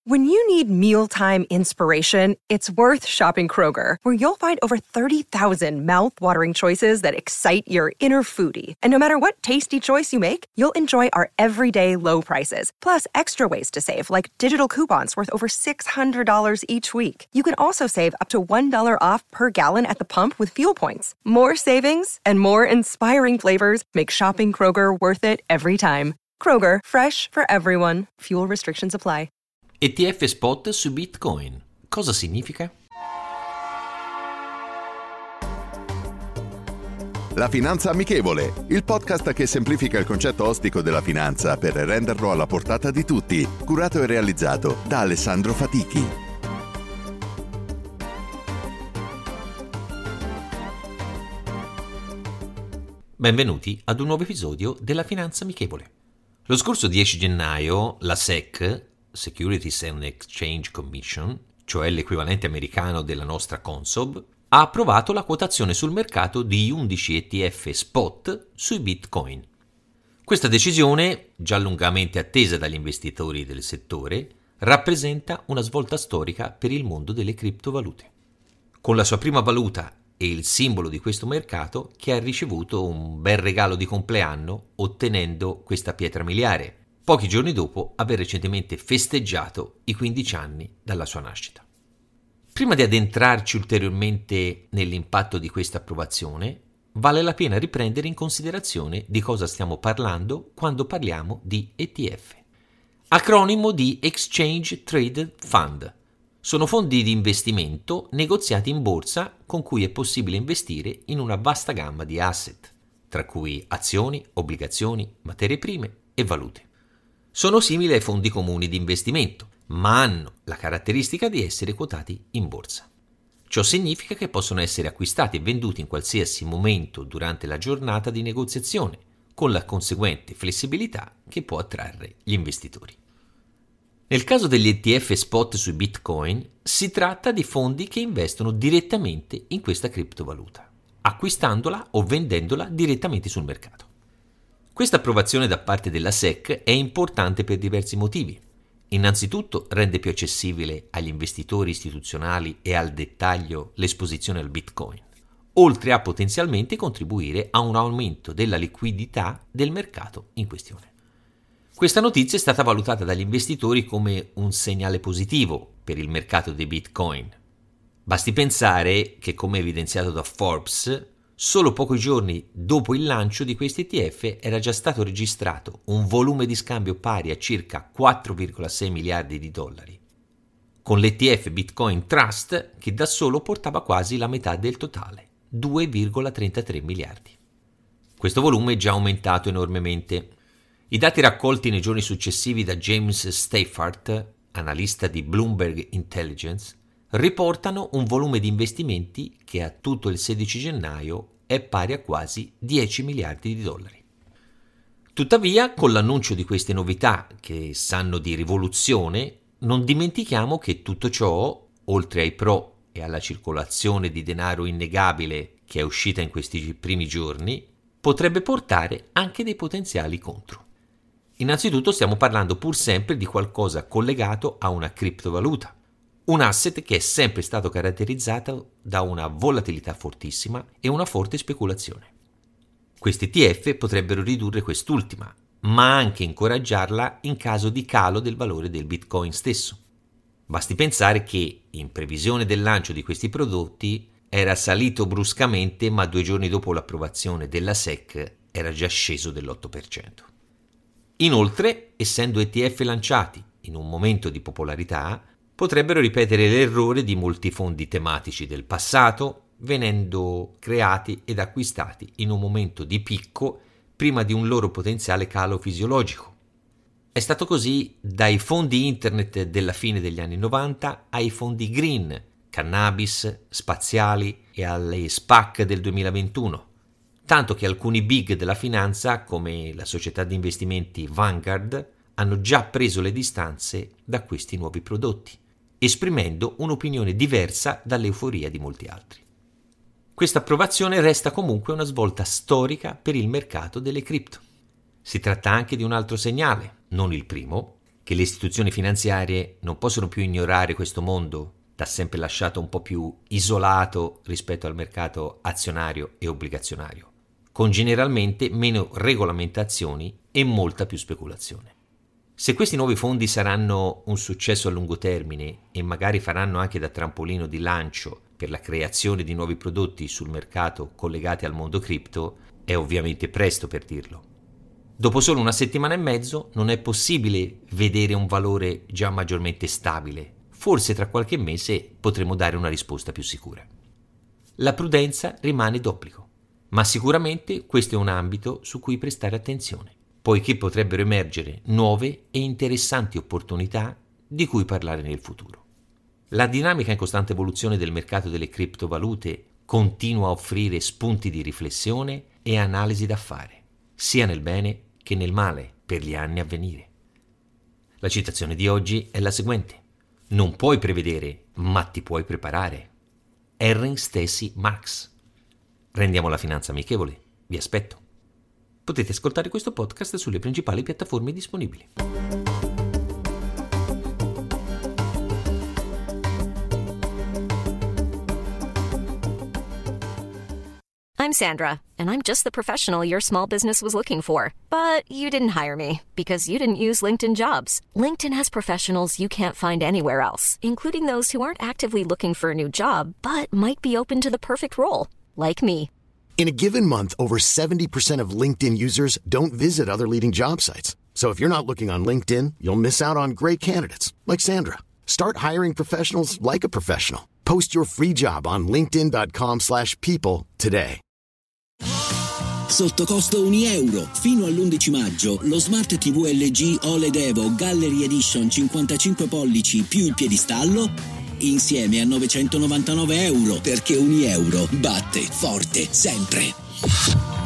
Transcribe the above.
When you need mealtime inspiration, it's worth shopping Kroger, where you'll find over 30,000 mouth-watering choices that excite your inner foodie. And no matter what tasty choice you make, you'll enjoy our everyday low prices, plus extra ways to save, like digital coupons worth over $600 each week. You can also save up to $1 off per gallon at the pump with fuel points. More savings and more inspiring flavors make shopping Kroger worth it every time. Kroger, fresh for everyone. Fuel restrictions apply. ETF spot su Bitcoin. Cosa significa? La Finanza Amichevole, il podcast che semplifica il concetto ostico della finanza per renderlo alla portata di tutti. Curato e realizzato da Alessandro Fatichi. Benvenuti ad un nuovo episodio della Finanza Amichevole. Lo scorso 10 gennaio la SEC, Securities and Exchange Commission, cioè l'equivalente americano della nostra Consob, ha approvato la quotazione sul mercato di 11 ETF spot sui Bitcoin. Questa decisione, già lungamente attesa dagli investitori del settore, rappresenta una svolta storica per il mondo delle criptovalute. Con la sua prima valuta e il simbolo di questo mercato che ha ricevuto un bel regalo di compleanno ottenendo questa pietra miliare, pochi giorni dopo aver recentemente festeggiato i 15 anni dalla sua nascita. Prima di addentrarci ulteriormente nell'impatto di questa approvazione, vale la pena riprendere in considerazione di cosa stiamo parlando quando parliamo di ETF. Acronimo di Exchange Traded Fund. Sono fondi di investimento negoziati in borsa con cui è possibile investire in una vasta gamma di asset, tra cui azioni, obbligazioni, materie prime e valute. Sono simili ai fondi comuni di investimento, ma hanno la caratteristica di essere quotati in borsa. Ciò significa che possono essere acquistati e venduti in qualsiasi momento durante la giornata di negoziazione, con la conseguente flessibilità che può attrarre gli investitori. Nel caso degli ETF spot sui Bitcoin, si tratta di fondi che investono direttamente in questa criptovaluta, acquistandola o vendendola direttamente sul mercato. Questa approvazione da parte della SEC è importante per diversi motivi. Innanzitutto rende più accessibile agli investitori istituzionali e al dettaglio l'esposizione al Bitcoin, oltre a potenzialmente contribuire a un aumento della liquidità del mercato in questione. Questa notizia è stata valutata dagli investitori come un segnale positivo per il mercato dei Bitcoin. Basti pensare che, come evidenziato da Forbes, solo pochi giorni dopo il lancio di questi ETF era già stato registrato un volume di scambio pari a circa 4,6 miliardi di dollari, con l'ETF Bitcoin Trust che da solo portava quasi la metà del totale, 2,33 miliardi. Questo volume è già aumentato enormemente. I dati raccolti nei giorni successivi da James Stafford, analista di Bloomberg Intelligence, riportano un volume di investimenti che a tutto il 16 gennaio è pari a quasi 10 miliardi di dollari. Tuttavia, con l'annuncio di queste novità che sanno di rivoluzione, non dimentichiamo che tutto ciò, oltre ai pro e alla circolazione di denaro innegabile che è uscita in questi primi giorni, potrebbe portare anche dei potenziali contro. Innanzitutto stiamo parlando pur sempre di qualcosa collegato a una criptovaluta, un asset che è sempre stato caratterizzato da una volatilità fortissima e una forte speculazione. Questi ETF potrebbero ridurre quest'ultima, ma anche incoraggiarla in caso di calo del valore del Bitcoin stesso. Basti pensare che, in previsione del lancio di questi prodotti, era salito bruscamente, ma 2 giorni dopo l'approvazione della SEC era già sceso dell'8%. Inoltre, essendo ETF lanciati in un momento di popolarità, potrebbero ripetere l'errore di molti fondi tematici del passato, venendo creati ed acquistati in un momento di picco prima di un loro potenziale calo fisiologico. È stato così dai fondi internet della fine degli anni 90 ai fondi green, cannabis, spaziali e alle SPAC del 2021, tanto che alcuni big della finanza, come la società di investimenti Vanguard, hanno già preso le distanze da questi nuovi prodotti, esprimendo un'opinione diversa dall'euforia di molti altri. Questa approvazione resta comunque una svolta storica per il mercato delle cripto. Si tratta anche di un altro segnale, non il primo, che le istituzioni finanziarie non possono più ignorare questo mondo, da sempre lasciato un po' più isolato rispetto al mercato azionario e obbligazionario, con generalmente meno regolamentazioni e molta più speculazione. Se questi nuovi fondi saranno un successo a lungo termine e magari faranno anche da trampolino di lancio per la creazione di nuovi prodotti sul mercato collegati al mondo cripto, è ovviamente presto per dirlo. Dopo solo una settimana e mezzo non è possibile vedere un valore già maggiormente stabile. Forse tra qualche mese potremo dare una risposta più sicura. La prudenza rimane d'obbligo, ma sicuramente questo è un ambito su cui prestare attenzione, poiché potrebbero emergere nuove e interessanti opportunità di cui parlare nel futuro. La dinamica in costante evoluzione del mercato delle criptovalute continua a offrire spunti di riflessione e analisi da fare, sia nel bene che nel male per gli anni a venire. La citazione di oggi è la seguente: non puoi prevedere, ma ti puoi preparare. Erring Stacy Marx. Rendiamo la finanza amichevole. Vi aspetto. Potete ascoltare questo podcast sulle principali piattaforme disponibili. I'm Sandra, and I'm just the professional your small business was looking for. But you didn't hire me because you didn't use LinkedIn Jobs. LinkedIn has professionals you can't find anywhere else, including those who aren't actively looking for a new job, but might be open to the perfect role, like me. In a given month, over 70% of LinkedIn users don't visit other leading job sites. So if you're not looking on LinkedIn, you'll miss out on great candidates like Sandra. Start hiring professionals like a professional. Post your free job on linkedin.com/people today. Sotto costo €1. Fino all'11 maggio lo Smart TV LG OLED Evo Gallery Edition 55 pollici più il piedistallo insieme a €999, perché €1 batte forte sempre.